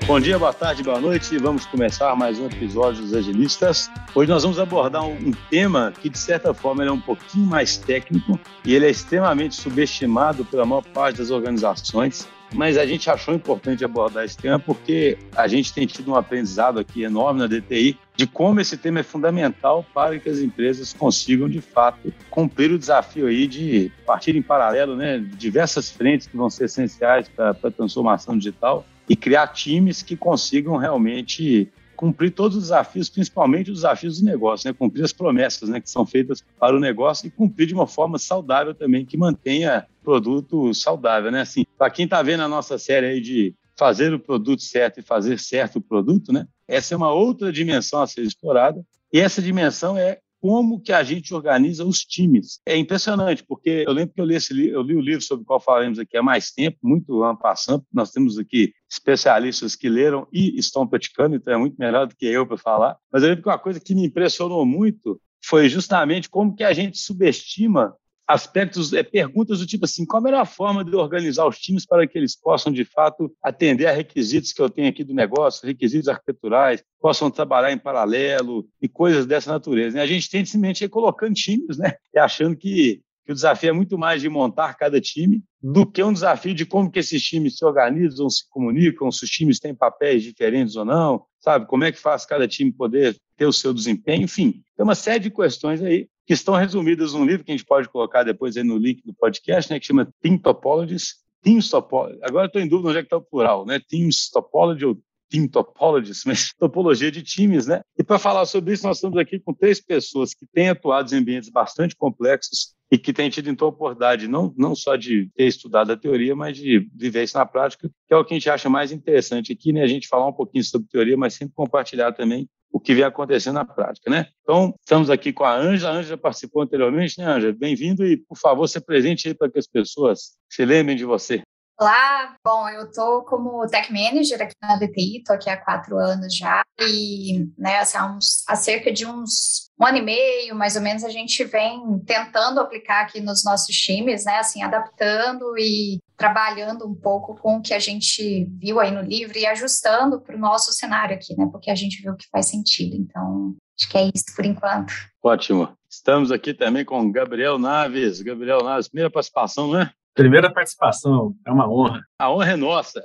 Bom dia, boa tarde, boa noite. Vamos começar mais um episódio dos Agilistas. Hoje nós vamos abordar um tema que, de certa forma, ele é um pouquinho mais técnico e ele é extremamente subestimado pela maior parte das organizações. Mas a gente achou importante abordar esse tema porque a gente tem tido um aprendizado aqui enorme na DTI de como esse tema é fundamental para que as empresas consigam, de fato, cumprir o desafio aí de partir em paralelo, né, de diversas frentes que vão ser essenciais para a transformação digital e criar times que consigam realmente cumprir todos os desafios, principalmente os desafios do negócio, né? Cumprir as promessas, né, que são feitas para o negócio e cumprir de uma forma saudável também, que mantenha o produto saudável, né? Assim, para quem está vendo a nossa série aí de fazer o produto certo e fazer certo o produto, né? Essa é uma outra dimensão a ser explorada e essa dimensão é como que a gente organiza os times. É impressionante, porque eu lembro que eu li o livro sobre o qual falaremos aqui há mais tempo, muito en passant. Nós temos aqui especialistas que leram e estão praticando, então é muito melhor do que eu para falar. Mas eu lembro que uma coisa que me impressionou muito foi justamente como que a gente subestima aspectos, perguntas do tipo assim, qual a melhor forma de organizar os times para que eles possam, de fato, atender a requisitos que eu tenho aqui do negócio, requisitos arquiteturais, possam trabalhar em paralelo e coisas dessa natureza, né? A gente tem simplesmente colocando times, né? E achando que o desafio é muito mais de montar cada time do que um desafio de como que esses times se organizam, se comunicam, se os times têm papéis diferentes ou não, sabe? Como é que faz cada time poder ter o seu desempenho, enfim. Tem uma série de questões aí que estão resumidas num livro que a gente pode colocar depois aí no link do podcast, né, que chama Team Topologies. Teams Topology. Agora estou em dúvida onde é que está o plural, né? Teams Topology ou Team Topologies, mas topologia de times, né? E para falar sobre isso, nós estamos aqui com 3 pessoas que têm atuado em ambientes bastante complexos e que têm tido, então, a oportunidade não só de ter estudado a teoria, mas de viver isso na prática, que é o que a gente acha mais interessante aqui, né? A gente falar um pouquinho sobre teoria, mas sempre compartilhar também o que vem acontecendo na prática, né? Então, estamos aqui com a Ângela. A Ângela participou anteriormente, né, Ângela? Bem-vindo e, por favor, se presente aí para que as pessoas se lembrem de você. Olá, bom, eu estou como Tech Manager aqui na DTI, estou aqui há 4 anos já e, né, assim, há cerca de um ano e meio, mais ou menos, a gente vem tentando aplicar aqui nos nossos times, né, assim, adaptando e trabalhando um pouco com o que a gente viu aí no livro e ajustando para o nosso cenário aqui, né, porque a gente viu que faz sentido, então acho que é isso por enquanto. Ótimo. Estamos aqui também com o Gabriel Naves. Gabriel Naves, primeira participação, não é? Primeira participação, é uma honra. A honra é nossa.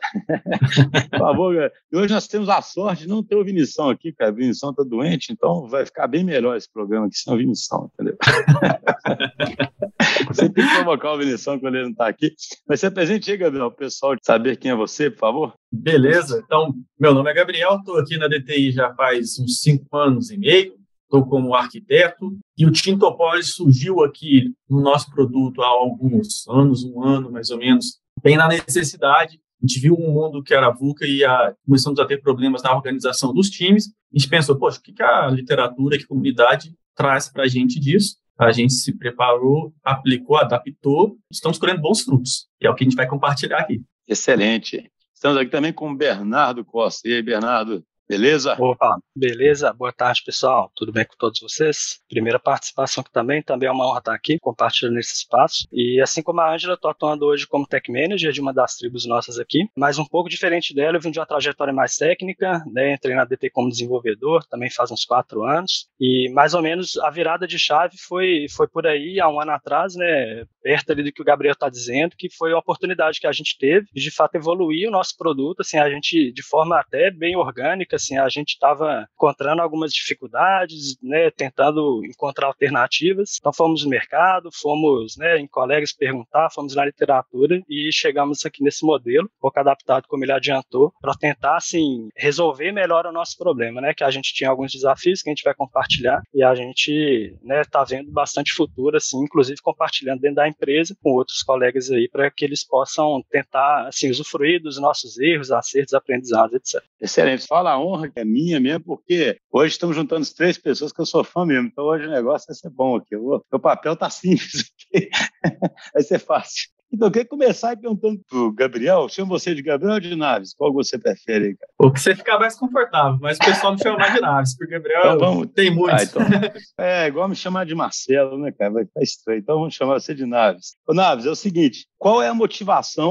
Por favor, cara. E hoje nós temos a sorte de não ter o Vinição aqui, cara. O Vinição está doente, então vai ficar bem melhor esse programa aqui sem o Vinição, entendeu? Você tem que provocar o Vinição quando ele não está aqui. Mas se apresente aí, Gabriel, o pessoal saber quem é você, por favor. Beleza, então, meu nome é Gabriel, estou aqui na DTI já faz uns 5 anos e meio. Estou como arquiteto e o Team Topology surgiu aqui no nosso produto há alguns anos, 1 ano mais ou menos, bem na necessidade. A gente viu um mundo que era VUCA e começamos a ter problemas na organização dos times. A gente pensou, poxa, o que a literatura, que a comunidade traz para a gente disso? A gente se preparou, aplicou, adaptou, estamos colhendo bons frutos. E é o que a gente vai compartilhar aqui. Excelente. Estamos aqui também com o Bernardo Costa. E aí, Bernardo? Beleza? Opa, beleza? Boa tarde, pessoal. Tudo bem com todos vocês? Primeira participação aqui também é uma honra estar aqui, compartilhando esse espaço. E assim como a Ângela, estou atuando hoje como Tech Manager de uma das tribos nossas aqui, mas um pouco diferente dela, eu vim de uma trajetória mais técnica, né? Entrei na DT como desenvolvedor, também faz uns 4 anos, e mais ou menos a virada de chave foi por aí, há 1 ano atrás, né? Perto ali do que o Gabriel está dizendo, que foi uma oportunidade que a gente teve de fato evoluir o nosso produto, assim, a gente de forma até bem orgânica, assim, a gente estava encontrando algumas dificuldades, né, tentando encontrar alternativas, então fomos no mercado, fomos, né, em colegas perguntar, fomos na literatura e chegamos aqui nesse modelo, um pouco adaptado como ele adiantou, para tentar, assim, resolver melhor o nosso problema, né, que a gente tinha alguns desafios que a gente vai compartilhar e a gente, né, tá vendo bastante futuro, assim, inclusive compartilhando dentro da empresa com outros colegas aí, para que eles possam tentar, assim, usufruir dos nossos erros, acertos, aprendizados, etc. Excelente. Fala a honra que é minha mesmo, porque hoje estamos juntando as 3 pessoas que eu sou fã mesmo, então hoje o negócio vai ser bom aqui. Meu papel tá simples aqui, vai ser fácil. Então, eu queria começar perguntando pro Gabriel, chama você de Gabriel ou de Naves? Qual você prefere aí, cara? O que você ficar mais confortável, mas o pessoal me chama mais de Naves, porque o Gabriel então, tem muitos. Então, igual me chamar de Marcelo, né, cara? Vai ficar estranho. Então, vamos chamar você de Naves. Ô, Naves, é o seguinte, qual é a motivação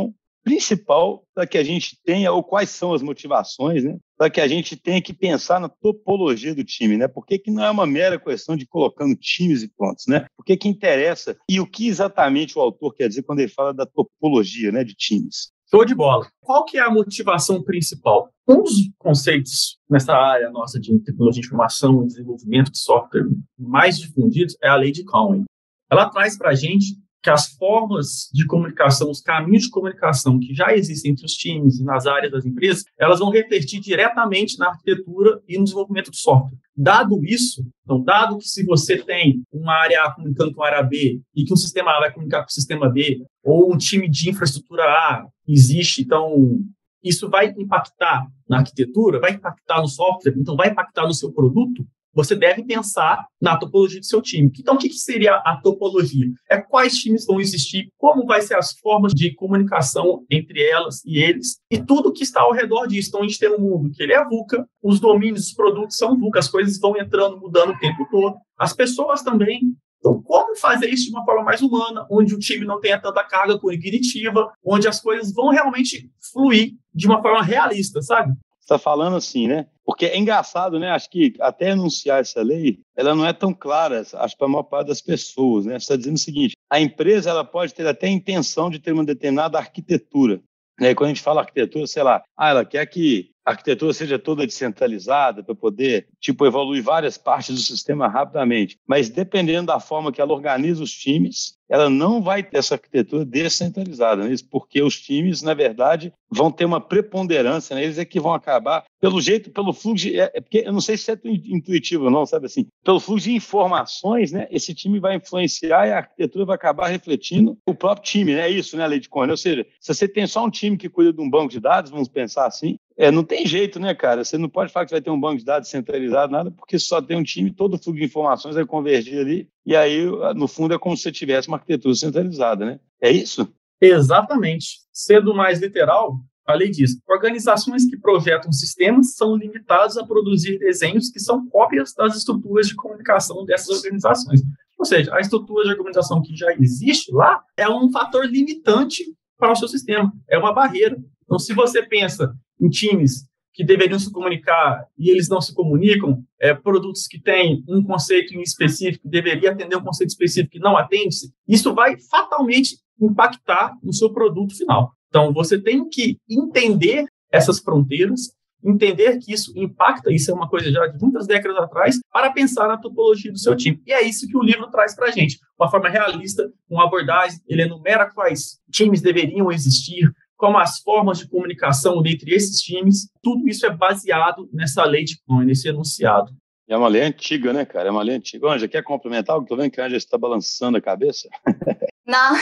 principal para que a gente tenha, ou quais são as motivações, né? Para que a gente tenha que pensar na topologia do time, né? Por que não é uma mera questão de colocando times e pontos, né? Por que interessa? E o que exatamente o autor quer dizer quando ele fala da topologia, né, de times? Show de bola. Qual que é a motivação principal? Um dos conceitos nessa área nossa de tecnologia de informação e desenvolvimento de software mais difundidos é a lei de Conway. Ela traz para a gente que as formas de comunicação, os caminhos de comunicação que já existem entre os times e nas áreas das empresas, elas vão refletir diretamente na arquitetura e no desenvolvimento do software. Dado isso, então, dado que se você tem uma área A comunicando com a área B e que um sistema A vai comunicar com o sistema B, ou um time de infraestrutura A existe, então isso vai impactar na arquitetura, vai impactar no software, então vai impactar no seu produto, você deve pensar na topologia do seu time. Então, o que seria a topologia? É quais times vão existir, como vai ser as formas de comunicação entre elas e eles, e tudo que está ao redor disso. Então, a gente tem um mundo que ele é VUCA, os domínios, os produtos são VUCA, as coisas vão entrando, mudando o tempo todo. As pessoas também. Então, como fazer isso de uma forma mais humana, onde o time não tenha tanta carga cognitiva, onde as coisas vão realmente fluir de uma forma realista, sabe? Você está falando assim, né? Porque é engraçado, né? Acho que até enunciar essa lei, ela não é tão clara, acho, para a maior parte das pessoas, né? Você está dizendo o seguinte, a empresa ela pode ter até a intenção de ter uma determinada arquitetura, né? Quando a gente fala arquitetura, sei lá, ela quer que a arquitetura seja toda descentralizada para poder, evoluir várias partes do sistema rapidamente. Mas dependendo da forma que ela organiza os times, ela não vai ter essa arquitetura descentralizada, né? Porque os times, na verdade, vão ter uma preponderância, né? Eles é que vão acabar, pelo fluxo, porque eu não sei se é intuitivo ou não, sabe assim, pelo fluxo de informações, né? Esse time vai influenciar e a arquitetura vai acabar refletindo o próprio time, né? É isso, né, a lei de Conway? Ou seja, se você tem só um time que cuida de um banco de dados, vamos pensar assim, não tem jeito, né, cara? Você não pode falar que você vai ter um banco de dados centralizado, nada, porque só tem um time, todo o fluxo de informações vai convergir ali, e aí, no fundo, é como se você tivesse uma arquitetura centralizada, né? É isso? Exatamente. Sendo mais literal, a lei diz: organizações que projetam sistemas são limitadas a produzir desenhos que são cópias das estruturas de comunicação dessas organizações. Ou seja, a estrutura de organização que já existe lá é um fator limitante para o seu sistema, é uma barreira. Então, se você pensa em times que deveriam se comunicar e eles não se comunicam, produtos que têm um conceito em específico, deveria atender um conceito específico que não atende, isso vai fatalmente impactar no seu produto final. Então, você tem que entender essas fronteiras, entender que isso impacta, isso é uma coisa já de muitas décadas atrás, para pensar na topologia do seu time. E é isso que o livro traz para a gente, uma forma realista, uma abordagem, ele enumera quais times deveriam existir, como as formas de comunicação dentre esses times, tudo isso é baseado nessa lei de Conway, nesse enunciado. É uma lei antiga, né, cara? É uma lei antiga. Ângela, quer complementar? Estou vendo que a Ângela está balançando a cabeça. Não,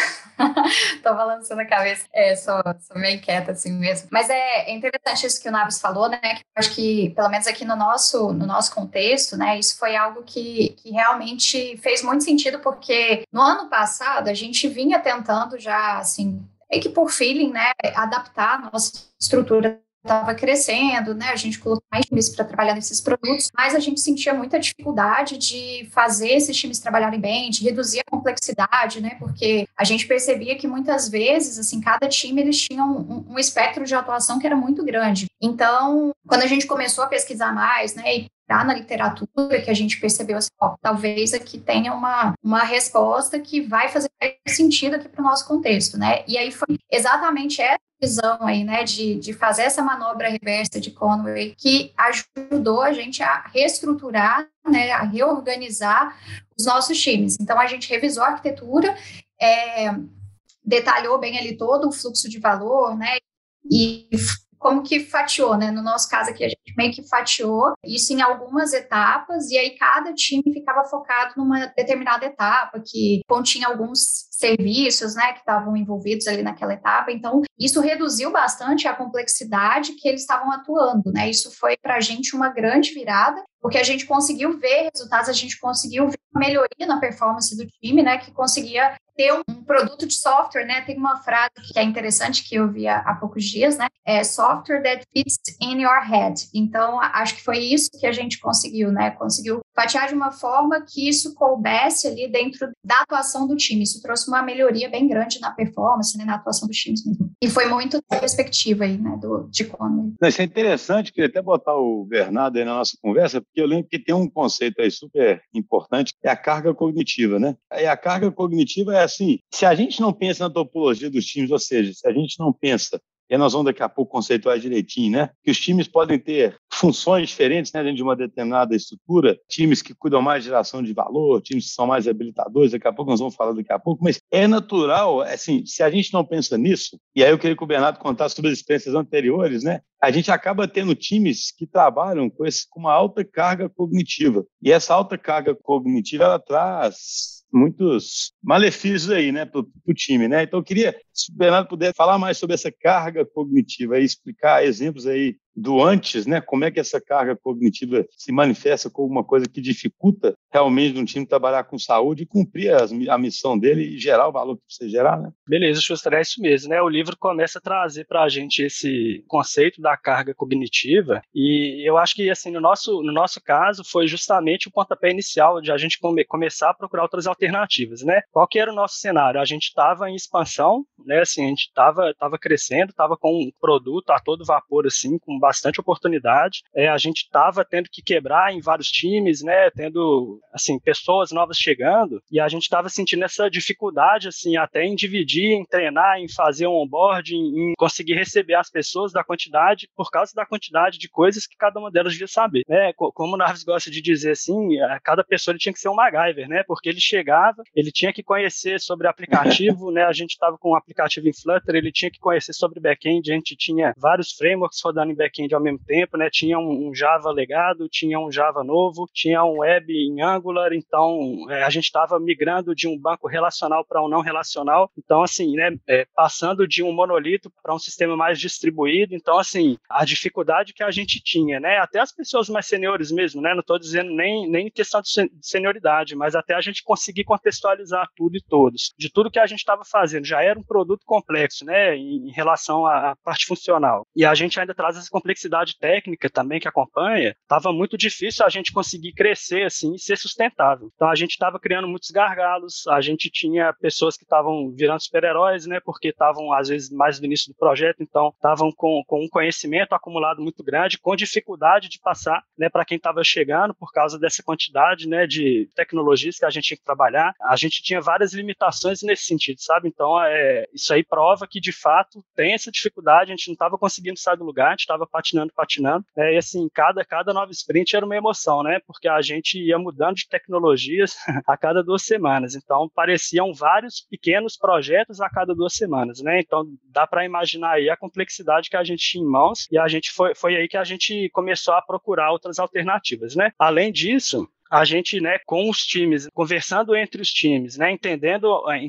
tô balançando a cabeça. Sou meio inquieta assim mesmo. Mas é interessante isso que o Naves falou, né? Que eu acho que, pelo menos aqui no nosso contexto, né? Isso foi algo que realmente fez muito sentido, porque no ano passado a gente vinha tentando já, assim, meio que por feeling, né? Adaptar a nossa estrutura. Estava crescendo, né? A gente colocou mais times para trabalhar nesses produtos, mas a gente sentia muita dificuldade de fazer esses times trabalharem bem, de reduzir a complexidade, né? Porque a gente percebia que muitas vezes, assim, cada time eles tinham um espectro de atuação que era muito grande. Então, quando a gente começou a pesquisar mais, né? E na literatura, que a gente percebeu assim, talvez aqui tenha uma resposta que vai fazer sentido aqui para o nosso contexto, né? E aí foi exatamente essa visão aí, né, de fazer essa manobra reversa de Conway que ajudou a gente a reestruturar, né, a reorganizar os nossos times. Então, a gente revisou a arquitetura, detalhou bem ali todo o fluxo de valor, né, e como que fatiou, né? No nosso caso aqui, a gente meio que fatiou isso em algumas etapas, e aí cada time ficava focado numa determinada etapa, que continha alguns serviços, né, que estavam envolvidos ali naquela etapa. Então, isso reduziu bastante a complexidade que eles estavam atuando, né? Isso foi para a gente uma grande virada, porque a gente conseguiu ver resultados, a gente conseguiu ver uma melhoria na performance do time, né, que conseguia ter um produto de software, né? Tem uma frase que é interessante que eu vi há poucos dias, né? Software that fits in your head. Então, acho que foi isso que a gente conseguiu, né? Conseguiu fatiar de uma forma que isso coubesse ali dentro da atuação do time. Isso trouxe uma melhoria bem grande na performance, né, na atuação dos times mesmo. E foi muito da perspectiva aí, né, de Conway. Isso é interessante, queria até botar o Bernardo aí na nossa conversa, porque eu lembro que tem um conceito aí super importante, que é a carga cognitiva, né? E a carga cognitiva é assim, se a gente não pensa na topologia dos times, ou seja, se a gente não pensa, e nós vamos daqui a pouco conceituar direitinho, né? Que os times podem ter funções diferentes, né, dentro de uma determinada estrutura, times que cuidam mais de geração de valor, times que são mais habilitadores, daqui a pouco nós vamos falar daqui a pouco, mas é natural, assim, se a gente não pensa nisso, e aí eu queria que o Bernardo contasse sobre as experiências anteriores, né? A gente acaba tendo times que trabalham com uma alta carga cognitiva. E essa alta carga cognitiva, ela traz muitos malefícios aí, né, para o time, né? Então, eu queria, se o Bernardo puder falar mais sobre essa carga cognitiva e explicar exemplos aí do antes, né? Como é que essa carga cognitiva se manifesta como uma coisa que dificulta realmente de um time trabalhar com saúde e cumprir a missão dele e gerar o valor que precisa gerar, né? Beleza, Schuster, é isso mesmo, né? O livro começa a trazer para a gente esse conceito da carga cognitiva e eu acho que, assim, no nosso caso, foi justamente o pontapé inicial de a gente começar a procurar outras alternativas, né? Qual que era o nosso cenário? A gente estava em expansão, né? Assim, a gente estava crescendo, estava com um produto a todo vapor, assim, com bastante oportunidade. A gente estava tendo que quebrar em vários times, né? Tendo, assim, pessoas novas chegando e a gente estava sentindo essa dificuldade, assim, até em dividir, em treinar, em fazer um onboarding, em conseguir receber as pessoas por causa da quantidade de coisas que cada uma delas devia saber, né? Como o Narves gosta de dizer, assim, cada pessoa ele tinha que ser um MacGyver, né? Porque ele chegava, ele tinha que conhecer sobre aplicativo, né? A gente estava com um aplicativo em Flutter, ele tinha que conhecer sobre back-end, a gente tinha vários frameworks rodando em back-end ao mesmo tempo, né? Tinha um Java legado, tinha um Java novo, tinha um web em Angular, então a gente estava migrando de um banco relacional para um não relacional, então assim, né? Passando de um monolito para um sistema mais distribuído, então assim, a dificuldade que a gente tinha, né? Até as pessoas mais seniores mesmo, né? Não estou dizendo nem questão de senioridade, mas até a gente conseguir contextualizar tudo e todos. De tudo que a gente estava fazendo, já era um produto complexo, né? Em relação à parte funcional. E a gente ainda traz essa complexidade técnica também que acompanha, estava muito difícil a gente conseguir crescer assim e ser sustentável. Então a gente estava criando muitos gargalos, a gente tinha pessoas que estavam virando super-heróis, né, porque estavam às vezes mais no início do projeto, então estavam com um conhecimento acumulado muito grande, com dificuldade de passar, né, para quem estava chegando por causa dessa quantidade, né, de tecnologias que a gente tinha que trabalhar. A gente tinha várias limitações nesse sentido, sabe? Então isso aí prova que de fato tem essa dificuldade, a gente não estava conseguindo sair do lugar, a gente estava patinando, e assim, cada nova sprint era uma emoção, né, porque a gente ia mudando de tecnologias a cada 2 semanas, então pareciam vários pequenos projetos a cada 2 semanas, né, então dá para imaginar aí a complexidade que a gente tinha em mãos, e a gente foi aí que a gente começou a procurar outras alternativas, né. Além disso, a gente, né, com os times, conversando entre os times, né, entendendo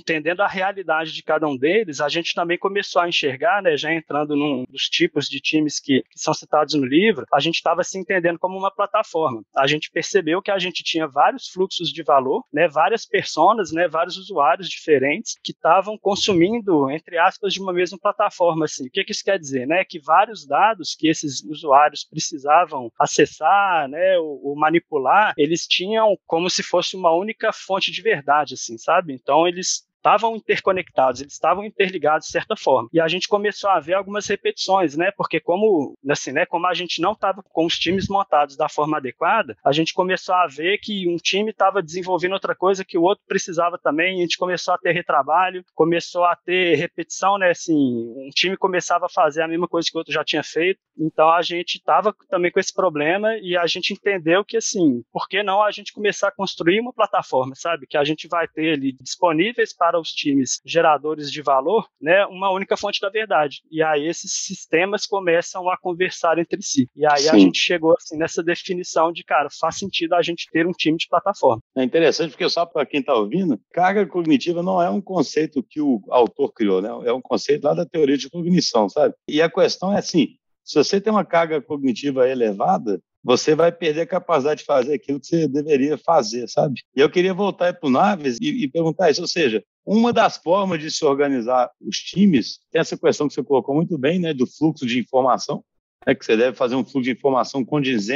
a realidade de cada um deles, a gente também começou a enxergar, né, já entrando num dos tipos de times que são citados no livro, a gente estava se entendendo como uma plataforma. A gente percebeu que a gente tinha vários fluxos de valor, né, várias personas, né, vários usuários diferentes que estavam consumindo, entre aspas, de uma mesma plataforma. Assim. O que isso quer dizer? Né? Que vários dados que esses usuários precisavam acessar, né, ou manipular, eles tinham como se fosse uma única fonte de verdade, assim, sabe? Então, eles estavam interconectados, eles estavam interligados de certa forma. E a gente começou a ver algumas repetições, né? Porque como a gente não estava com os times montados da forma adequada, a gente começou a ver que um time estava desenvolvendo outra coisa que o outro precisava também, e a gente começou a ter retrabalho, começou a ter repetição, né? Assim, um time começava a fazer a mesma coisa que o outro já tinha feito. Então a gente estava também com esse problema e a gente entendeu que, assim, por que não a gente começar a construir uma plataforma, sabe? Que a gente vai ter ali disponíveis para os times geradores de valor, né, uma única fonte da verdade. E aí esses sistemas começam a conversar entre si. E aí a gente chegou assim, nessa definição de, cara, faz sentido a gente ter um time de plataforma. É interessante porque, só para quem está ouvindo, carga cognitiva não é um conceito que o autor criou, né? É um conceito lá da teoria de cognição, sabe? E a questão é assim, se você tem uma carga cognitiva elevada, você vai perder a capacidade de fazer aquilo que você deveria fazer, sabe? E eu queria voltar para o Naves e perguntar isso, ou seja, uma das formas de se organizar os times tem essa questão que você colocou muito bem, né, do fluxo de informação, né, que você deve fazer um fluxo de informação condizente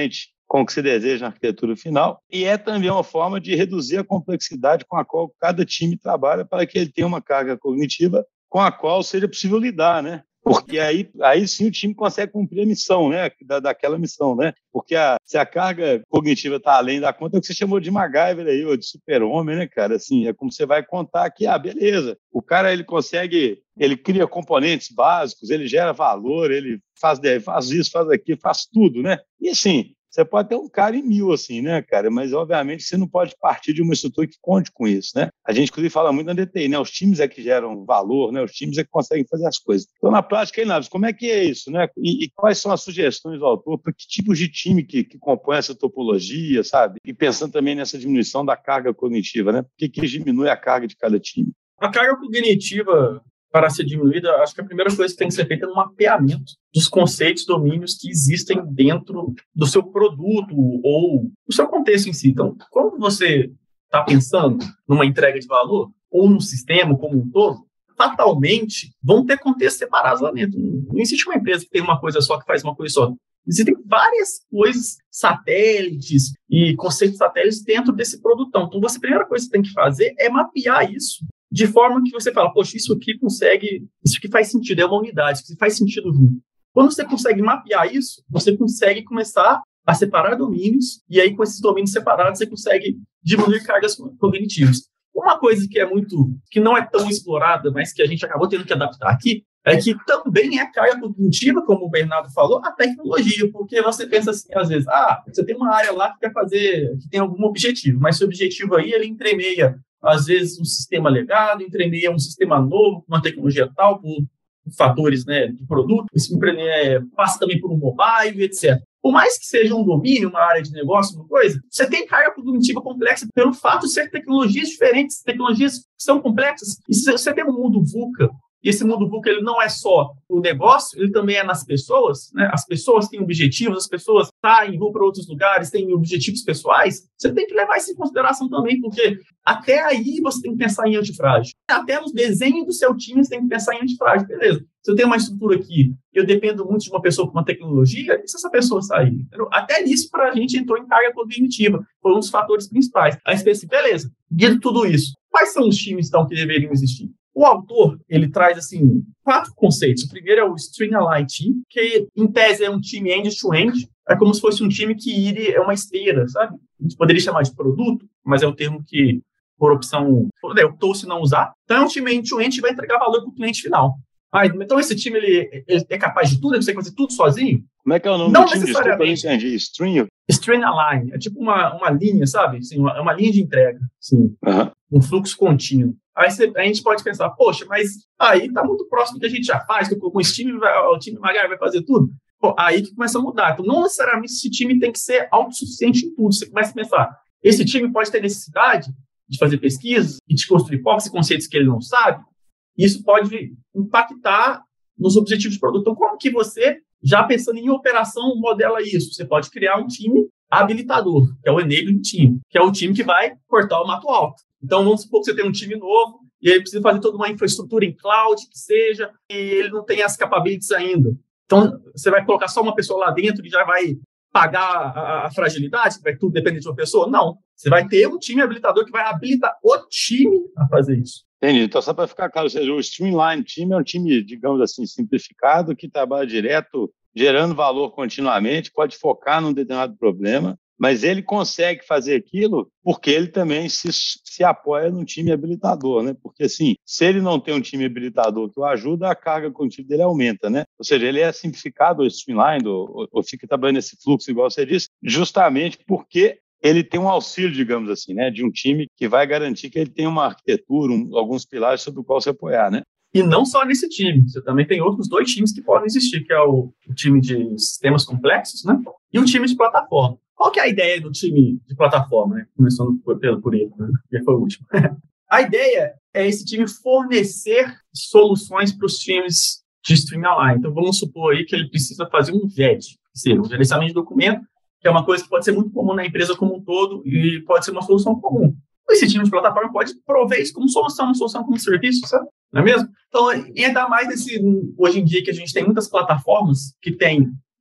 com o que se deseja na arquitetura final, e é também uma forma de reduzir a complexidade com a qual cada time trabalha para que ele tenha uma carga cognitiva com a qual seja possível lidar, né? Porque aí sim o time consegue cumprir a missão, né? Daquela missão, né? Porque se a carga cognitiva está além da conta, é o que você chamou de MacGyver aí, ou de super-homem, né, cara? Assim, é como você vai contar que, beleza, o cara, ele consegue, ele cria componentes básicos, ele gera valor, ele faz isso, faz aquilo, faz tudo, né? E assim, você pode ter um cara em 1000, assim, né, cara? Mas, obviamente, você não pode partir de uma estrutura que conte com isso, né? A gente, inclusive, fala muito na DTI, né? Os times é que geram valor, né? Os times é que conseguem fazer as coisas. Então, na prática, aí, Naves, como é que é isso, né? E quais são as sugestões do autor para que tipos de time que compõe essa topologia, sabe? E pensando também nessa diminuição da carga cognitiva, né? Por que diminui a carga de cada time? A carga cognitiva, para ser diminuída, acho que a primeira coisa que tem que ser feita é um mapeamento dos conceitos, domínios que existem dentro do seu produto ou do seu contexto em si. Então, quando você está pensando numa entrega de valor ou no sistema como um todo, fatalmente vão ter contextos separados lá dentro. Não existe uma empresa que tem uma coisa só, que faz uma coisa só. Existem várias coisas, satélites e conceitos satélites dentro desse produtão. Então, a primeira coisa que você tem que fazer é mapear isso de forma que você fala, poxa, isso aqui faz sentido, é uma unidade, isso faz sentido junto. Quando você consegue mapear isso, você consegue começar a separar domínios, e aí com esses domínios separados você consegue diminuir cargas cognitivas. Uma coisa que não é tão explorada, mas que a gente acabou tendo que adaptar aqui, é que também é carga cognitiva, como o Bernardo falou, a tecnologia, porque você pensa assim, às vezes, você tem uma área lá que tem algum objetivo, mas esse objetivo aí, ele entremeia às vezes um sistema legado, entremeia um sistema novo, uma tecnologia tal, por fatores, né, de produto, isso passa também por um mobile, etc. Por mais que seja um domínio, uma área de negócio, uma coisa, você tem carga cognitiva complexa pelo fato de ser tecnologias diferentes, tecnologias que são complexas. E se você tem um mundo VUCA, e esse mundo VUCA ele não é só o negócio, ele também é nas pessoas, né? As pessoas têm objetivos, as pessoas saem, vão para outros lugares, têm objetivos pessoais. Você tem que levar isso em consideração também, porque até aí você tem que pensar em antifrágil. Até nos desenhos do seu time você tem que pensar em antifrágil. Beleza, se eu tenho uma estrutura aqui e eu dependo muito de uma pessoa com uma tecnologia, e se essa pessoa sair? Entendeu? Até nisso, para a gente, entrou em carga cognitiva. Foi um dos fatores principais. Aí você pensa, beleza, dito tudo isso, quais são os times, então, que deveriam existir? O autor, ele traz, assim, 4 conceitos. O primeiro é o String Align Team, que, em tese, é um time end-to-end. É como se fosse um time que é uma esteira, sabe? A gente poderia chamar de produto, mas é um termo que, por opção, eu optou-se não usar. Então, é um time end-to-end que vai entregar valor para o cliente final. Então, esse time, ele é capaz de tudo? Ele consegue fazer tudo sozinho? Como é que é o nome não do time? Desculpa, eu não entendi. String Align. É tipo uma linha, sabe? Assim, uma linha de entrega. Assim, um fluxo contínuo. Aí a gente pode pensar, poxa, mas aí tá muito próximo do que a gente já faz, que com esse time, o time MacGyver vai fazer tudo. Pô, aí que começa a mudar. Então, não necessariamente esse time tem que ser autossuficiente em tudo. Você começa a pensar, esse time pode ter necessidade de fazer pesquisas e de construir hipóteses e conceitos que ele não sabe. Isso pode impactar nos objetivos do produto. Então, como que você, já pensando em operação, modela isso? Você pode criar um time habilitador, que é o enabling team, que é o time que vai cortar o mato alto. Então, vamos supor que você tem um time novo e ele precisa fazer toda uma infraestrutura em cloud, que seja, e ele não tem as capabilities ainda. Então, você vai colocar só uma pessoa lá dentro e já vai pagar a fragilidade, que vai tudo depender de uma pessoa? Não. Você vai ter um time habilitador que vai habilitar o time a fazer isso. Entendi. Então, só para ficar claro, ou seja, o Streamline Team é um time, digamos assim, simplificado, que trabalha direto, gerando valor continuamente, pode focar num determinado problema, mas ele consegue fazer aquilo porque ele também se apoia num time habilitador, né? Porque, assim, se ele não tem um time habilitador que o ajuda, a carga cognitiva dele aumenta, né? Ou seja, ele é simplificado, ou streamlined, ou fica trabalhando nesse fluxo, igual você disse, justamente porque ele tem um auxílio, digamos assim, né? De um time que vai garantir que ele tem uma arquitetura, alguns pilares sobre o qual se apoiar, né? E não só nesse time, você também tem outros 2 times que podem existir, que é o time de sistemas complexos, né? E o time de plataforma. Qual que é a ideia do time de plataforma, né? Começando por ele, né? Que foi o último. A ideia é esse time fornecer soluções para os times de Streamline. Então, vamos supor aí que ele precisa fazer um GED, que seja um gerenciamento de documento, que é uma coisa que pode ser muito comum na empresa como um todo e pode ser uma solução comum. Esse time de plataforma pode prover isso como solução, uma solução como serviço, sabe? Não é mesmo? Então, e ainda mais hoje em dia que a gente tem muitas plataformas que têm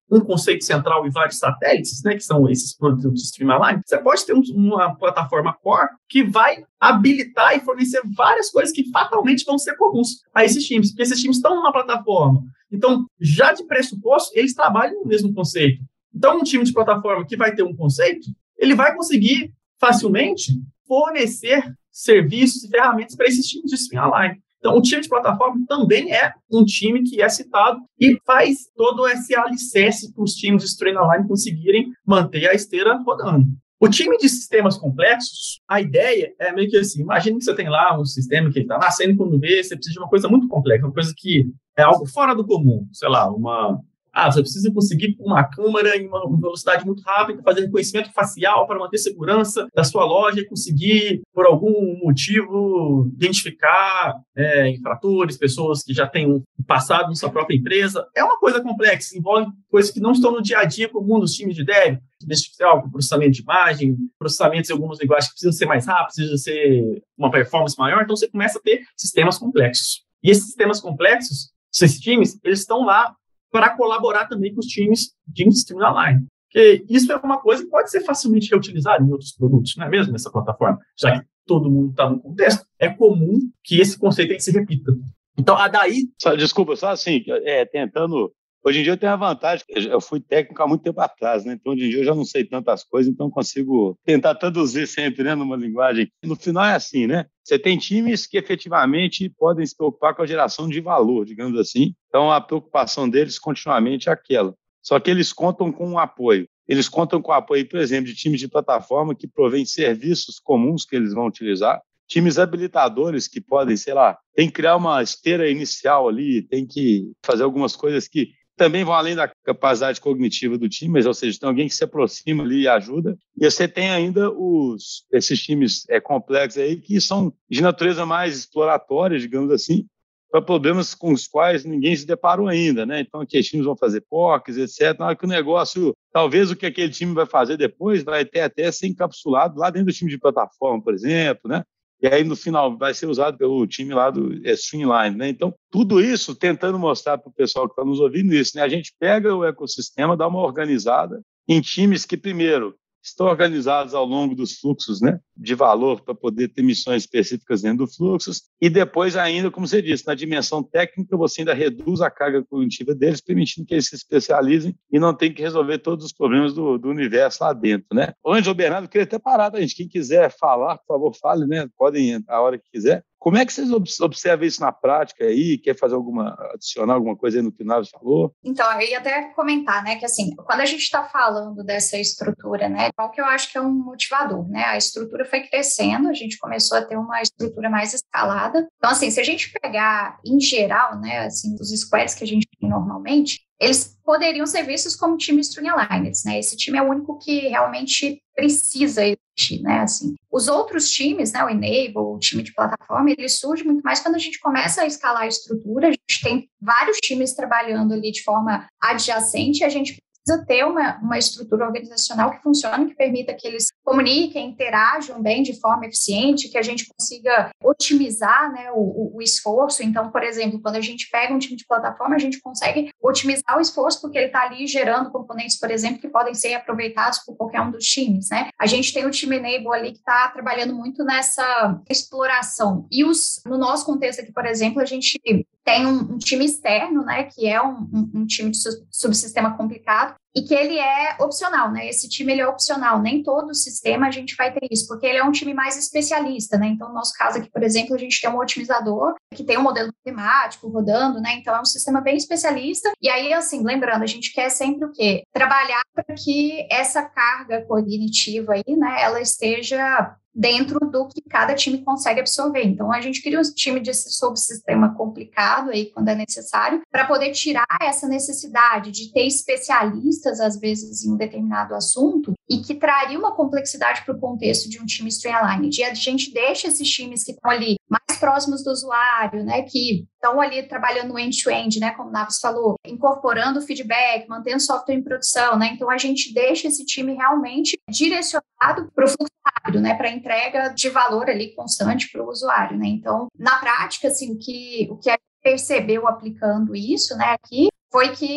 um conceito central e vários satélites, né, que são esses produtos de Streamline, você pode ter uma plataforma core que vai habilitar e fornecer várias coisas que fatalmente vão ser comuns a esses times, porque esses times estão numa plataforma. Então, já de pressuposto, eles trabalham no mesmo conceito. Então, um time de plataforma que vai ter um conceito, ele vai conseguir facilmente fornecer serviços e ferramentas para esses times de Streamline. Então, o time de plataforma também é um time que é citado e faz todo esse alicerce para os times de Streamline conseguirem manter a esteira rodando. O time de sistemas complexos, a ideia é meio que assim, imagine que você tem lá um sistema que está nascendo e quando vê, você precisa de uma coisa muito complexa, uma coisa que é algo fora do comum, sei lá, você precisa conseguir uma câmera em uma velocidade muito rápida, fazer reconhecimento facial para manter segurança da sua loja e conseguir, por algum motivo, identificar infratores, pessoas que já têm um passado na sua própria empresa. É uma coisa complexa, envolve coisas que não estão no dia a dia comum dos times de dev, artificial, processamento de imagem, processamentos em algumas linguagens que precisam ser mais rápidos, precisam ser uma performance maior, então você começa a ter sistemas complexos. E esses sistemas complexos, esses times, eles estão lá para colaborar também com os times de Streamline. Porque isso é uma coisa que pode ser facilmente reutilizada em outros produtos, não é mesmo, nessa plataforma? Já que todo mundo está no contexto, é comum que esse conceito aí se repita. Então, daí... Desculpa, só assim, tentando... Hoje em dia eu tenho a vantagem, eu fui técnico há muito tempo atrás, né? Então hoje em dia eu já não sei tantas coisas, então consigo tentar traduzir sempre, né, numa linguagem. No final é assim, né? Você tem times que efetivamente podem se preocupar com a geração de valor, digamos assim. Então a preocupação deles continuamente é aquela. Só que eles contam com um apoio. Eles contam com o apoio, por exemplo, de times de plataforma que provêm serviços comuns que eles vão utilizar. Times habilitadores que podem, sei lá, tem que criar uma esteira inicial ali, tem que fazer algumas coisas que também vão além da capacidade cognitiva do time, mas, ou seja, tem alguém que se aproxima ali e ajuda. E você tem ainda esses times complexos aí que são de natureza mais exploratória, digamos assim, para problemas com os quais ninguém se deparou ainda, né? Então, aqueles times vão fazer POCs, etc. Na hora que o negócio, talvez o que aquele time vai fazer depois vai ter até ser encapsulado lá dentro do time de plataforma, por exemplo, né? E aí, no final, vai ser usado pelo time lá do Streamline, né? Então, tudo isso tentando mostrar para o pessoal que está nos ouvindo isso, né? A gente pega o ecossistema, dá uma organizada em times que, primeiro, estão organizados ao longo dos fluxos, né, de valor para poder ter missões específicas dentro dos fluxos, e depois ainda, como você disse, na dimensão técnica você ainda reduz a carga cognitiva deles, permitindo que eles se especializem e não tenham que resolver todos os problemas do universo lá dentro, né? Ângelo, Bernardo, eu queria até parar, tá, gente? Quem quiser falar, por favor, fale, né? Podem a hora que quiser. Como é que vocês observam isso na prática aí? Quer fazer adicionar alguma coisa aí no que o Naves falou? Então, eu ia até comentar, né, que assim, quando a gente está falando dessa estrutura, né, qual que eu acho que é um motivador, né? A estrutura foi crescendo, a gente começou a ter uma estrutura mais escalada. Então, assim, se a gente pegar em geral, né, assim, os squads que a gente tem normalmente, eles poderiam ser vistos como times Streamliners, né? Esse time é o único que realmente precisa existir, né? Assim, os outros times, né, o Enable, o time de plataforma, ele surge muito mais quando a gente começa a escalar a estrutura. A gente tem vários times trabalhando ali de forma adjacente, a gente precisa ter uma estrutura organizacional que funcione, que permita que eles comuniquem, interajam bem de forma eficiente, que a gente consiga otimizar, né, o esforço. Então, por exemplo, quando a gente pega um time de plataforma, a gente consegue otimizar o esforço, porque ele está ali gerando componentes, por exemplo, que podem ser aproveitados por qualquer um dos times, né? A gente tem o time Enable ali que está trabalhando muito nessa exploração. E no nosso contexto aqui, por exemplo, a gente tem um time externo, né, que é um time de subsistema complicado, e que ele é opcional, né? Esse time ele é opcional, nem todo sistema a gente vai ter isso, porque ele é um time mais especialista, né? Então, no nosso caso aqui, por exemplo, a gente tem um otimizador que tem um modelo matemático rodando, né? Então, é um sistema bem especialista. E aí, assim, lembrando, a gente quer sempre o quê? Trabalhar para que essa carga cognitiva aí, né, ela esteja dentro do que cada time consegue absorver. Então, a gente cria um time de subsistema complicado aí, quando é necessário, para poder tirar essa necessidade de ter especialistas, às vezes, em um determinado assunto, e que traria uma complexidade para o contexto de um time Streamline. E a gente deixa esses times que estão ali mais próximos do usuário, né, que estão ali trabalhando end-to-end, né, como o Naves falou, incorporando feedback, mantendo software em produção, né, então a gente deixa esse time realmente direcionado para o fluxo rápido, né, para entrega de valor ali constante para o usuário, né, então na prática, assim, o que a gente percebeu aplicando isso, né, aqui, foi que realmente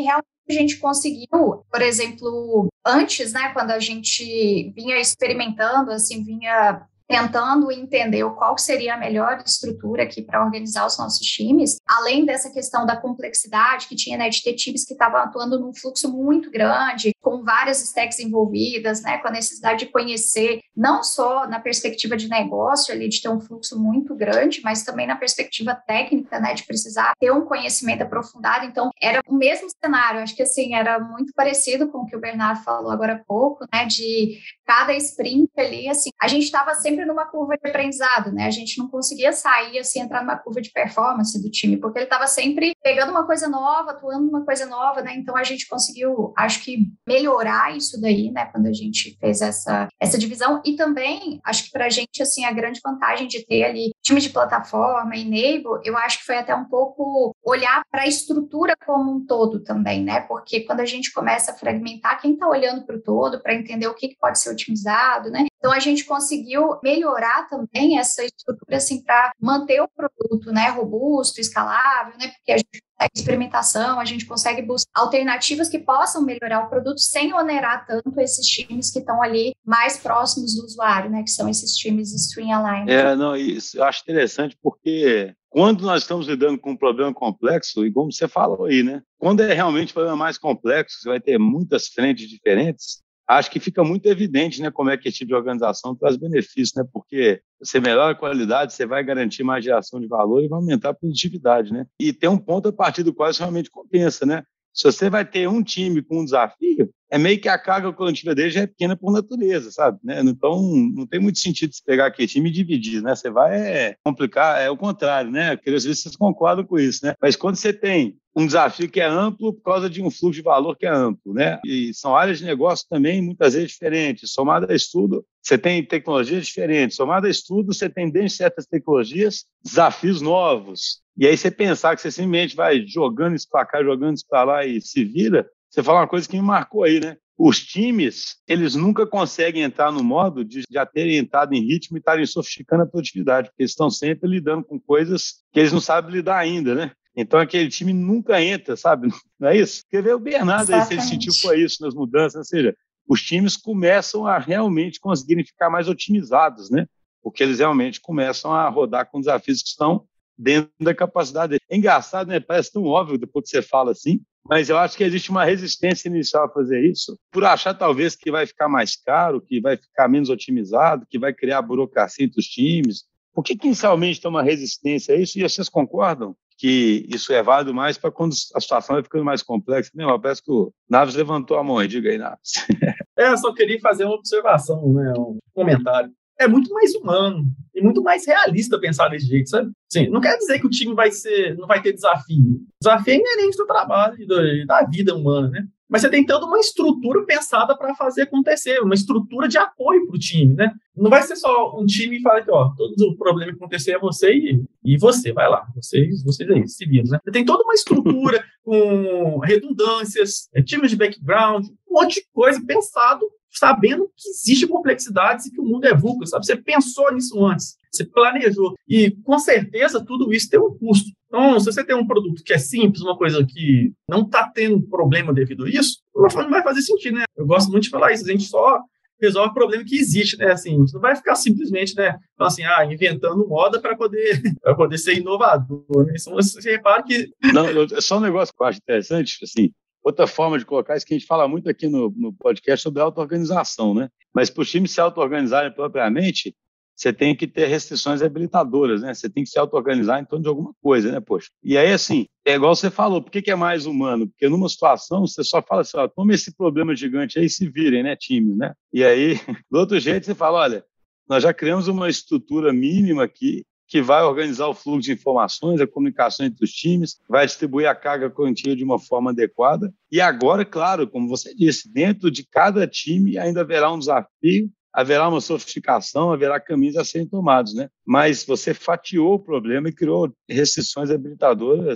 a gente conseguiu, por exemplo, antes, né, quando a gente vinha experimentando, assim, vinha tentando entender qual seria a melhor estrutura aqui para organizar os nossos times, além dessa questão da complexidade que tinha, né, de ter times que estavam atuando num fluxo muito grande, com várias stacks envolvidas, né, com a necessidade de conhecer, não só na perspectiva de negócio, ali, de ter um fluxo muito grande, mas também na perspectiva técnica, né, de precisar ter um conhecimento aprofundado. Então, era o mesmo cenário, acho que, assim, era muito parecido com o que o Bernardo falou agora há pouco, né, de cada sprint ali, assim, a gente estava sempre numa curva de aprendizado, né? A gente não conseguia sair, assim, entrar numa curva de performance do time, porque ele estava sempre pegando uma coisa nova, atuando numa coisa nova, né? Então, a gente conseguiu, acho que, melhorar isso daí, né? Quando a gente fez essa divisão. E também, acho que para a gente, assim, a grande vantagem de ter ali time de plataforma, enable, eu acho que foi até um pouco olhar para a estrutura como um todo também, né? Porque quando a gente começa a fragmentar, quem está olhando para o todo, para entender o que pode ser otimizado, né? Então, a gente conseguiu melhorar também essa estrutura, assim, para manter o produto, né, robusto, escalável, né? Porque a gente consegue experimentação, a gente consegue buscar alternativas que possam melhorar o produto sem onerar tanto esses times que estão ali mais próximos do usuário, né? Que são esses times stream aligned. Não, isso eu acho interessante porque quando nós estamos lidando com um problema complexo, e como você falou aí, né? Quando é realmente um problema mais complexo, você vai ter muitas frentes diferentes, acho que fica muito evidente, né, como é que esse tipo de organização traz benefícios, né? Porque você melhora a qualidade, você vai garantir mais geração de valor e vai aumentar a produtividade, né? E tem um ponto a partir do qual isso realmente compensa, né? Se você vai ter um time com um desafio, é meio que a carga cognitiva dele já é pequena por natureza, sabe? Né? Então, não tem muito sentido você pegar aquele time e dividir, né? Você vai complicar, é o contrário, né? Eu queria ver se vocês concordam com isso, né? Mas quando você tem um desafio que é amplo por causa de um fluxo de valor que é amplo, né? E são áreas de negócio também muitas vezes diferentes. Somado a estudo, você tem tecnologias diferentes. Somado a estudo, você tem dentro de certas tecnologias desafios novos. E aí você pensar que você simplesmente vai jogando isso para cá, jogando isso para lá e se vira, você fala uma coisa que me marcou aí, né? Os times, eles nunca conseguem entrar no modo de já terem entrado em ritmo e estarem sofisticando a produtividade, porque eles estão sempre lidando com coisas que eles não sabem lidar ainda, né? Então, aquele time nunca entra, sabe? Não é isso? Porque ver o Bernardo aí, se ele sentiu foi isso nas mudanças, ou seja, os times começam a realmente conseguirem ficar mais otimizados, né? Porque eles realmente começam a rodar com desafios que estão dentro da capacidade dele. É engraçado, né? Parece tão óbvio depois que você fala assim, mas eu acho que existe uma resistência inicial a fazer isso, por achar talvez que vai ficar mais caro, que vai ficar menos otimizado, que vai criar burocracia entre os times. Por que inicialmente tem uma resistência a isso? E vocês concordam que isso é válido mais para quando a situação vai ficando mais complexa? Não, parece que o Naves levantou a mão aí. Diga aí, Naves. Eu só queria fazer uma observação, né, um comentário. É muito mais humano e muito mais realista pensar desse jeito, sabe? Sim, não quer dizer que o time não vai ter desafio. Desafio é inerente do trabalho e da vida humana, né? Mas você tem toda uma estrutura pensada para fazer acontecer, uma estrutura de apoio para o time, né? Não vai ser só um time e falar que, ó, todo o problema que acontecer é você e você, vai lá, vocês aí, se viram, né? Você tem toda uma estrutura com redundâncias, times de background, um monte de coisa pensado, sabendo que existe complexidades e que o mundo é VUCA, sabe? Você pensou nisso antes, você planejou. E, com certeza, tudo isso tem um custo. Então, se você tem um produto que é simples, uma coisa que não está tendo problema devido a isso, não vai fazer sentido, né? Eu gosto muito de falar isso. A gente só resolve o problema que existe, né? Assim, a gente não vai ficar simplesmente, né, assim, inventando moda para poder ser inovador, né? Então, você repara que... Não, é só um negócio que eu acho interessante, assim, outra forma de colocar isso que a gente fala muito aqui no podcast sobre auto-organização, né? Mas para os times se auto-organizarem propriamente, você tem que ter restrições habilitadoras, né? Você tem que se auto-organizar em torno de alguma coisa, né, poxa? E aí, assim, é igual você falou, por que é mais humano? Porque numa situação, você só fala assim, ó, toma esse problema gigante aí e se virem, né, times, né? E aí, do outro jeito, você fala, olha, nós já criamos uma estrutura mínima aqui que vai organizar o fluxo de informações, a comunicação entre os times, vai distribuir a carga cognitiva de uma forma adequada. E agora, claro, como você disse, dentro de cada time ainda haverá um desafio, haverá uma sofisticação, haverá caminhos a serem tomados, né? Mas você fatiou o problema e criou restrições habilitadoras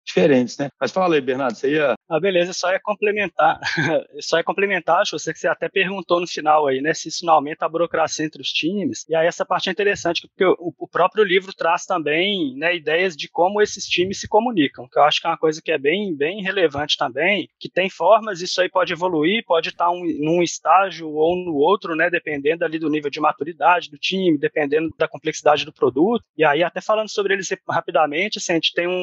diferentes, né? Mas fala aí, Bernardo, você ia... Beleza, só ia complementar, acho que você até perguntou no final aí, né, se isso não aumenta a burocracia entre os times, e aí essa parte é interessante, porque o próprio livro traz também, né, ideias de como esses times se comunicam, que eu acho que é uma coisa que é bem, bem relevante também, que tem formas, isso aí pode evoluir, pode estar num estágio ou no outro, né, dependendo ali do nível de maturidade do time, dependendo da complexidade do produto, e aí até falando sobre eles rapidamente, assim, a gente tem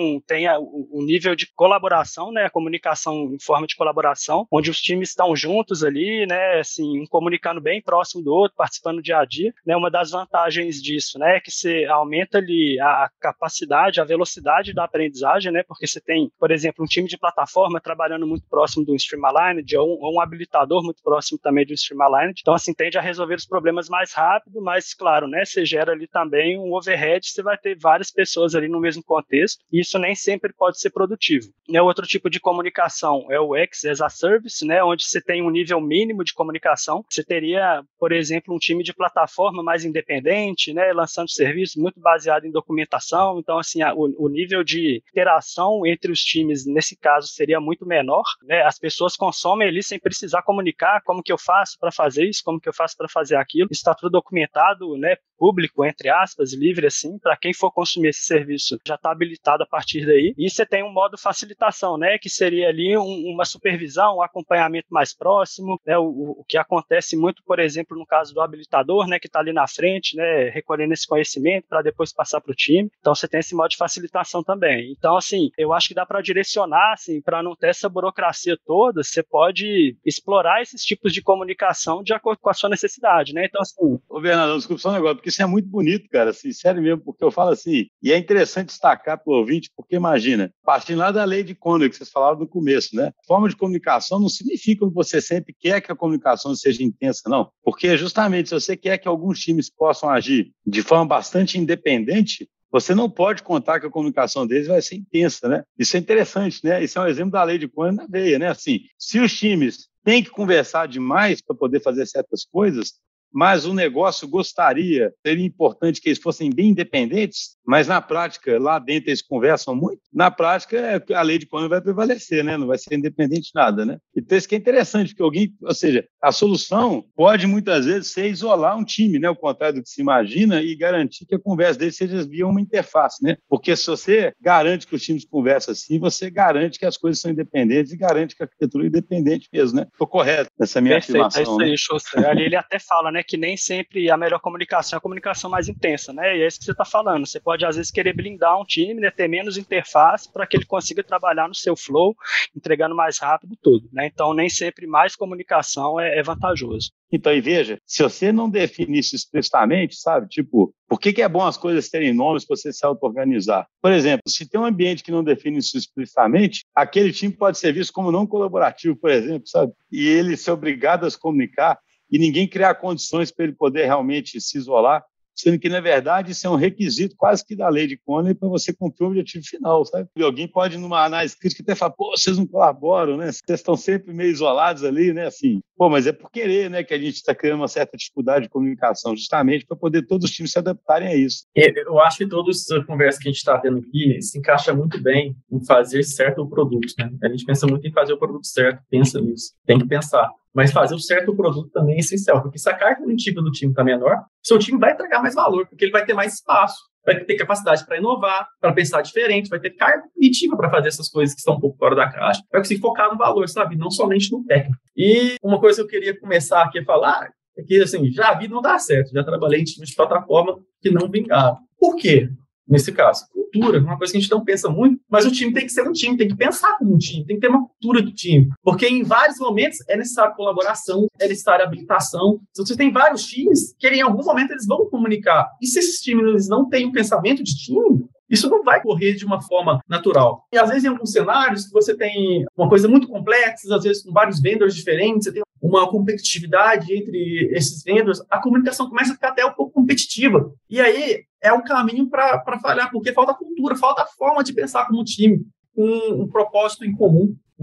um nível de colaboração, né, a comunicação em forma de colaboração, onde os times estão juntos ali, né, assim, um comunicando bem próximo do outro, participando do dia a dia, né, uma das vantagens disso, né, é que você aumenta ali a capacidade, a velocidade da aprendizagem, né, porque você tem, por exemplo, um time de plataforma trabalhando muito próximo do Stream Aligned, ou um habilitador muito próximo também do Stream Aligned, então, assim, tende a resolver os problemas mais rápido, mas, claro, né, você gera ali também um overhead, você vai ter várias pessoas ali no mesmo contexto, e isso nem sempre pode ser produtivo. Né, outro tipo de comunicação é o X as a Service, né, onde você tem um nível mínimo de comunicação. Você teria, por exemplo, um time de plataforma mais independente, né, lançando serviços muito baseado em documentação. Então, assim, o nível de interação entre os times, nesse caso, seria muito menor. Né? As pessoas consomem ali sem precisar comunicar como que eu faço para fazer isso, como que eu faço para fazer aquilo. Isso está tudo documentado, né, público, entre aspas, livre, assim, para quem for consumir esse serviço já está habilitado a partir daí. E você tem um modo facilitação, né, que seria ali uma supervisão, um acompanhamento mais próximo, né, o que acontece muito, por exemplo, no caso do habilitador, né, que está ali na frente, né, recolhendo esse conhecimento para depois passar para o time. Então, você tem esse modo de facilitação também. Então, assim, eu acho que dá para direcionar, assim, para não ter essa burocracia toda, você pode explorar esses tipos de comunicação de acordo com a sua necessidade, né? Então, assim... Ô, Bernardo, desculpa só um negócio, porque isso é muito bonito, cara, assim, sério mesmo, porque eu falo assim, e é interessante destacar para o ouvinte, porque imagina, partindo lá da lei de Conway, que vocês falaram no começo, né? Forma de comunicação não significa que você sempre quer que a comunicação seja intensa, não. Porque justamente se você quer que alguns times possam agir de forma bastante independente, você não pode contar que a comunicação deles vai ser intensa, né? Isso é interessante, né? Isso é um exemplo da lei de Conway na veia, né? Assim, se os times têm que conversar demais para poder fazer certas coisas, mas o negócio seria importante que eles fossem bem independentes, mas na prática, lá dentro eles conversam muito, na prática a lei de Conway vai prevalecer, né? Não vai ser independente de nada, né? Então isso que é interessante, porque ou seja, a solução pode muitas vezes ser isolar um time, né? Ao contrário do que se imagina, e garantir que a conversa deles seja via uma interface, né? Porque se você garante que os times conversam assim, você garante que as coisas são independentes e garante que a arquitetura é independente mesmo, né? Estou correto nessa minha afirmação, é isso aí, né? Ali ele até fala, né, que nem sempre a melhor comunicação é a comunicação mais intensa, né? E é isso que você está falando. Você pode, às vezes, querer blindar um time, né, ter menos interface para que ele consiga trabalhar no seu flow, entregando mais rápido tudo, né? Então, nem sempre mais comunicação é vantajoso. Então, e veja, se você não define isso explicitamente, sabe? Tipo, por que é bom as coisas terem nomes para você se auto-organizar? Por exemplo, se tem um ambiente que não define isso explicitamente, aquele time pode ser visto como não colaborativo, por exemplo, sabe? E ele ser obrigado a se comunicar e ninguém criar condições para ele poder realmente se isolar, sendo que, na verdade, isso é um requisito quase que da lei de Conway para você cumprir o objetivo final, sabe? E alguém pode, numa análise crítica, até falar, pô, vocês não colaboram, né? Vocês estão sempre meio isolados ali, né? Assim, pô, mas é por querer, né, que a gente está criando uma certa dificuldade de comunicação, justamente para poder todos os times se adaptarem a isso. Eu acho que toda essa conversa que a gente está tendo aqui se encaixa muito bem em fazer certo o produto, né? A gente pensa muito em fazer o produto certo, pensa nisso, tem que pensar. Mas fazer o certo produto também é essencial, porque se a carga cognitiva do time está menor, seu time vai entregar mais valor, porque ele vai ter mais espaço, vai ter capacidade para inovar, para pensar diferente, vai ter carga cognitiva para fazer essas coisas que estão um pouco fora da caixa, vai conseguir focar no valor, sabe? Não somente no técnico. E uma coisa que eu queria começar aqui a falar é que, assim, já vi não dar certo, já trabalhei em times de plataforma que não vingaram. Por quê? Nesse caso, cultura, uma coisa que a gente não pensa muito, mas o time tem que ser um time, tem que pensar como um time, tem que ter uma cultura do time, porque em vários momentos é necessário colaboração, é necessário habilitação. Se você tem vários times, que em algum momento eles vão comunicar, e se esses times eles não têm um pensamento de time, isso não vai correr de uma forma natural. E às vezes em alguns cenários que você tem uma coisa muito complexa, às vezes com vários vendors diferentes, você tem uma competitividade entre esses vendors, a comunicação começa a ficar até um pouco competitiva. E aí é um caminho para falhar, porque falta cultura, falta forma de pensar como time, um propósito em comum.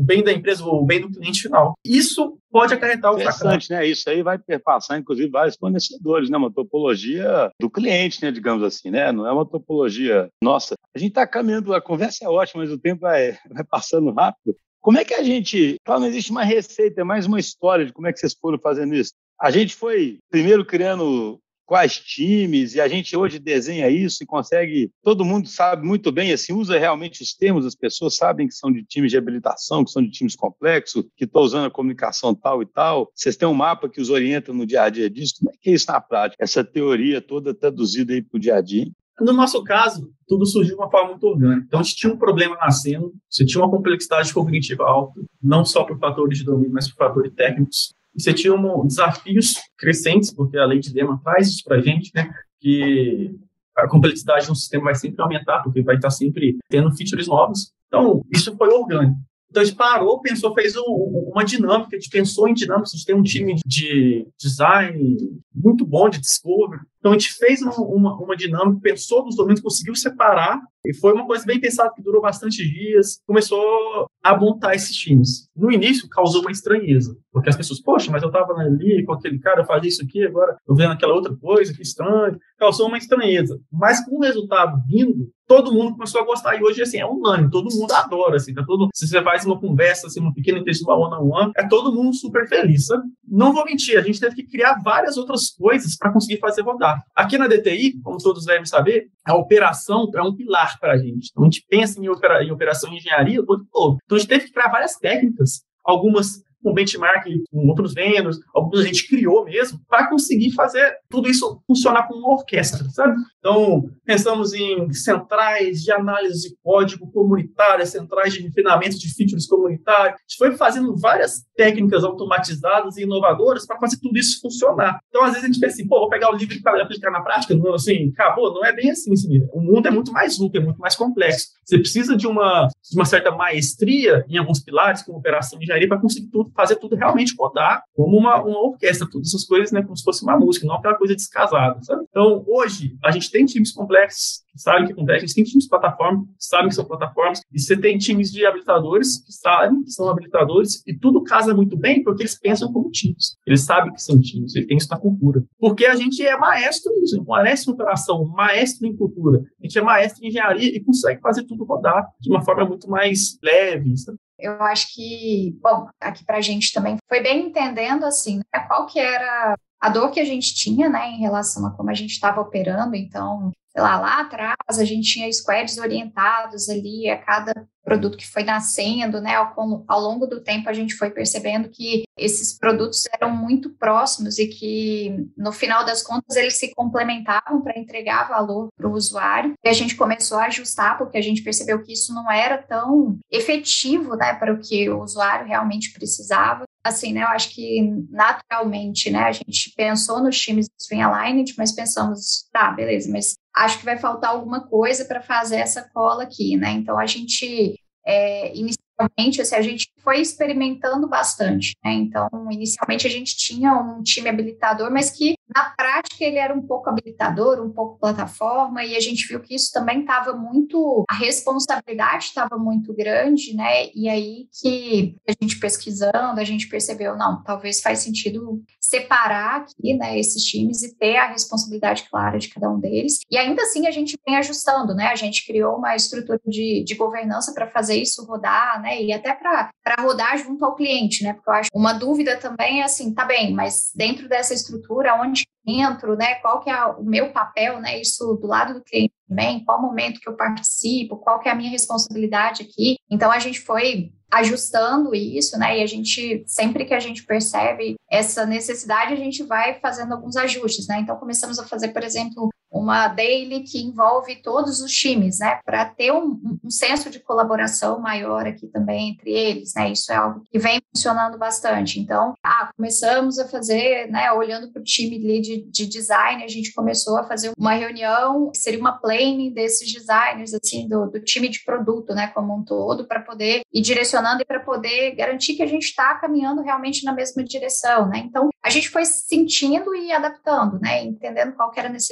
o bem da empresa, o bem do cliente final. Isso pode acarretar o fracasso. Interessante, né? Isso aí vai perpassar, inclusive, vários fornecedores, né? Uma topologia do cliente, né? Digamos assim, né? Não é uma topologia nossa. A gente está caminhando, a conversa é ótima, mas o tempo vai passando rápido. Como é que a gente... Claro, não existe uma receita, é mais uma história de como é que vocês foram fazendo isso. A gente foi primeiro criando quais times, e a gente hoje desenha isso e consegue, todo mundo sabe muito bem, assim, usa realmente os termos, as pessoas sabem que são de times de habilitação, que são de times complexos, que estão usando a comunicação tal e tal. Vocês têm um mapa que os orienta no dia a dia disso? Como é que é isso na prática? Essa teoria toda traduzida aí para o dia a dia? No nosso caso, tudo surgiu de uma forma muito orgânica. Então, a gente tinha um problema nascendo, você tinha uma complexidade cognitiva alta, não só por fatores de domínio, mas por fatores técnicos. E você tinha desafios crescentes, porque a lei de Lehman traz isso para a gente, né, que a complexidade de um sistema vai sempre aumentar, porque vai estar sempre tendo features novos. Então, isso foi orgânico. Então, a gente parou, pensou, fez uma dinâmica, a gente pensou em dinâmica, a gente tem um time de design muito bom, de discovery. Então, a gente fez uma dinâmica, pensou nos domínios, conseguiu separar, e foi uma coisa bem pensada, que durou bastante dias, começou a montar esses times. No início, causou uma estranheza, porque as pessoas, poxa, mas eu estava ali com aquele cara, eu fazia isso aqui, agora eu vendo aquela outra coisa, que estranho. Causou uma estranheza. Mas com o resultado vindo, todo mundo começou a gostar, e hoje, assim, é unânime, todo mundo adora, assim, se você faz uma conversa, assim, uma pequena entrevista, uma one-on-one, é todo mundo super feliz, sabe? Não vou mentir, a gente teve que criar várias outras coisas para conseguir fazer rodar. Aqui na DTI, como todos devem saber, a operação é um pilar para a gente. Então, a gente pensa em operação e engenharia o tempo todo. Então, a gente teve que criar várias técnicas, algumas com benchmark, com outros vendors, algumas a gente criou mesmo, para conseguir fazer tudo isso funcionar como uma orquestra, sabe? Então, pensamos em centrais de análise de código comunitária, centrais de refinamento de features comunitários. A gente foi fazendo várias técnicas automatizadas e inovadoras para fazer tudo isso funcionar. Então, às vezes, a gente pensa assim, vou pegar o livro para aplicar na prática, não, assim, acabou. Não é bem assim. O mundo é muito mais amplo, é muito mais complexo. Você precisa de uma certa maestria em alguns pilares, como operação e engenharia, para conseguir fazer tudo realmente rodar como uma orquestra, todas essas coisas, né, como se fosse uma música, não aquela coisa descasada, sabe? Então, hoje, a gente tem times complexos que sabem que acontece, a gente tem times de plataforma que sabem que são plataformas, e você tem times de habilitadores que sabem que são habilitadores, e tudo casa muito bem porque eles pensam como times. Eles sabem que são times, eles têm isso na cultura. Porque a gente é maestro nisso, maestro em operação, maestro em cultura, a gente é maestro em engenharia e consegue fazer tudo rodar de uma forma muito mais leve, sabe? Eu acho que, bom, aqui para a gente também foi bem entendendo, assim, né, qual que era a dor que a gente tinha, né, em relação a como a gente estava operando. Então, sei lá atrás a gente tinha squads orientados ali a cada produto que foi nascendo, né, ao longo do tempo a gente foi percebendo que esses produtos eram muito próximos e que, no final das contas, eles se complementavam para entregar valor para o usuário. E a gente começou a ajustar, porque a gente percebeu que isso não era tão efetivo, né, para o que o usuário realmente precisava. Assim, né, eu acho que naturalmente, né, a gente pensou nos times do Stream Aligned, mas pensamos, tá, beleza, mas acho que vai faltar alguma coisa para fazer essa cola aqui, né? Então, a gente, inicialmente, assim, a gente foi experimentando bastante, né? Então, inicialmente, a gente tinha um time habilitador, mas que, na prática, ele era um pouco habilitador, um pouco plataforma, e a gente viu que isso também estava muito... A responsabilidade estava muito grande, né? E aí que a gente pesquisando, a gente percebeu, não, talvez faz sentido separar aqui, né, esses times e ter a responsabilidade clara de cada um deles. E ainda assim a gente vem ajustando, né? A gente criou uma estrutura de governança para fazer isso rodar, né? E até para rodar junto ao cliente, né? Porque eu acho uma dúvida também é assim, tá bem, mas dentro dessa estrutura, onde entro, né? Qual que é o meu papel, né? Isso do lado do cliente também, qual momento que eu participo, qual que é a minha responsabilidade aqui. Então, a gente foi ajustando isso, né? E a gente, sempre que a gente percebe essa necessidade, a gente vai fazendo alguns ajustes, né? Então, começamos a fazer, por exemplo, uma daily que envolve todos os times, né? Para ter um senso de colaboração maior aqui também entre eles, né? Isso é algo que vem funcionando bastante. Então, começamos a fazer, né? Olhando para o time lead de design, a gente começou a fazer uma reunião, que seria uma planning desses designers, assim, do time de produto, né? Como um todo, para poder ir direcionando e para poder garantir que a gente está caminhando realmente na mesma direção, né? Então, a gente foi sentindo e adaptando, né? Entendendo qual que era a necessidade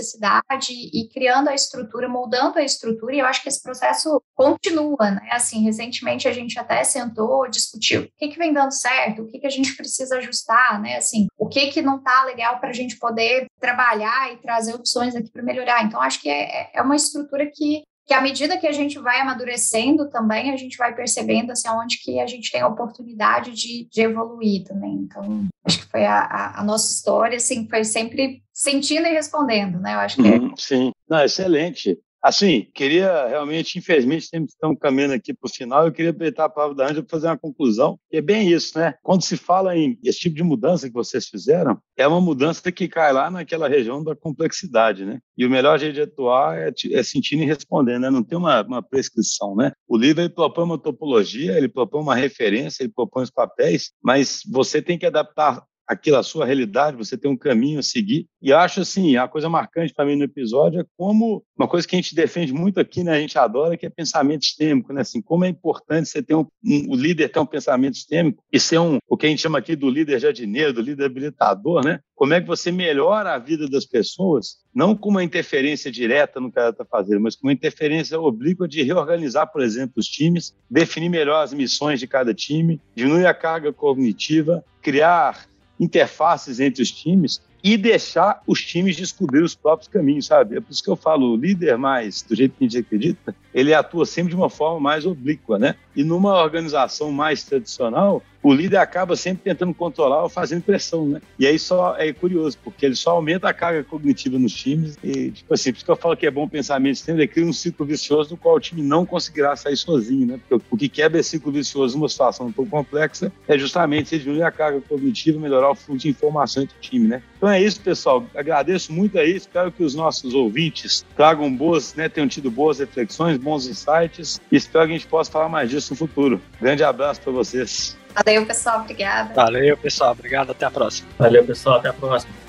e criando a estrutura, moldando a estrutura, e eu acho que esse processo continua, né? Assim, recentemente a gente até sentou, discutiu o que vem dando certo, o que a gente precisa ajustar, né? Assim, o que não está legal para a gente poder trabalhar e trazer opções aqui para melhorar. Então, acho que é uma estrutura que à medida que a gente vai amadurecendo também, a gente vai percebendo assim, onde que a gente tem a oportunidade de evoluir também. Então, acho que foi a nossa história, assim, foi sempre sentindo e respondendo, né? Eu acho que Sim, não, excelente. Assim, queria realmente, infelizmente, estamos caminhando aqui para o final, eu queria aproveitar a palavra da Ângela para fazer uma conclusão, e é bem isso, né? Quando se fala em esse tipo de mudança que vocês fizeram, é uma mudança que cai lá naquela região da complexidade, né? E o melhor jeito de atuar é sentindo e respondendo, né? Não tem uma prescrição, né? O livro, ele propõe uma topologia, ele propõe uma referência, ele propõe os papéis, mas você tem que adaptar aquilo à sua realidade, você tem um caminho a seguir. E acho, assim, a coisa marcante para mim no episódio é como uma coisa que a gente defende muito aqui, né, a gente adora, que é pensamento sistêmico, né? Assim, como é importante você ter o líder ter um pensamento sistêmico e ser o que a gente chama aqui do líder jardineiro, do líder habilitador, né? Como é que você melhora a vida das pessoas, não com uma interferência direta no que ela está fazendo, mas com uma interferência oblíqua de reorganizar, por exemplo, os times, definir melhor as missões de cada time, diminuir a carga cognitiva, criar interfaces entre os times e deixar os times descobrir os próprios caminhos, sabe? É por isso que eu falo, o líder mais, do jeito que a gente acredita, ele atua sempre de uma forma mais oblíqua, né? E numa organização mais tradicional, o líder acaba sempre tentando controlar ou fazendo pressão, né? E aí só é curioso, porque ele só aumenta a carga cognitiva nos times e, tipo assim, por isso que eu falo que é bom pensamento sistêmico, ele cria um ciclo vicioso do qual o time não conseguirá sair sozinho, né? Porque o que quebra esse ciclo vicioso numa situação um pouco complexa é justamente se diminuir a carga cognitiva e melhorar o fluxo de informação entre o time, né? Então é isso, pessoal. Agradeço muito aí, espero que os nossos ouvintes tragam tenham tido boas reflexões, bons insights e espero que a gente possa falar mais disso no futuro. Grande abraço para vocês. Valeu, pessoal. Obrigada. Valeu, pessoal. Obrigado. Até a próxima. Valeu, pessoal. Até a próxima.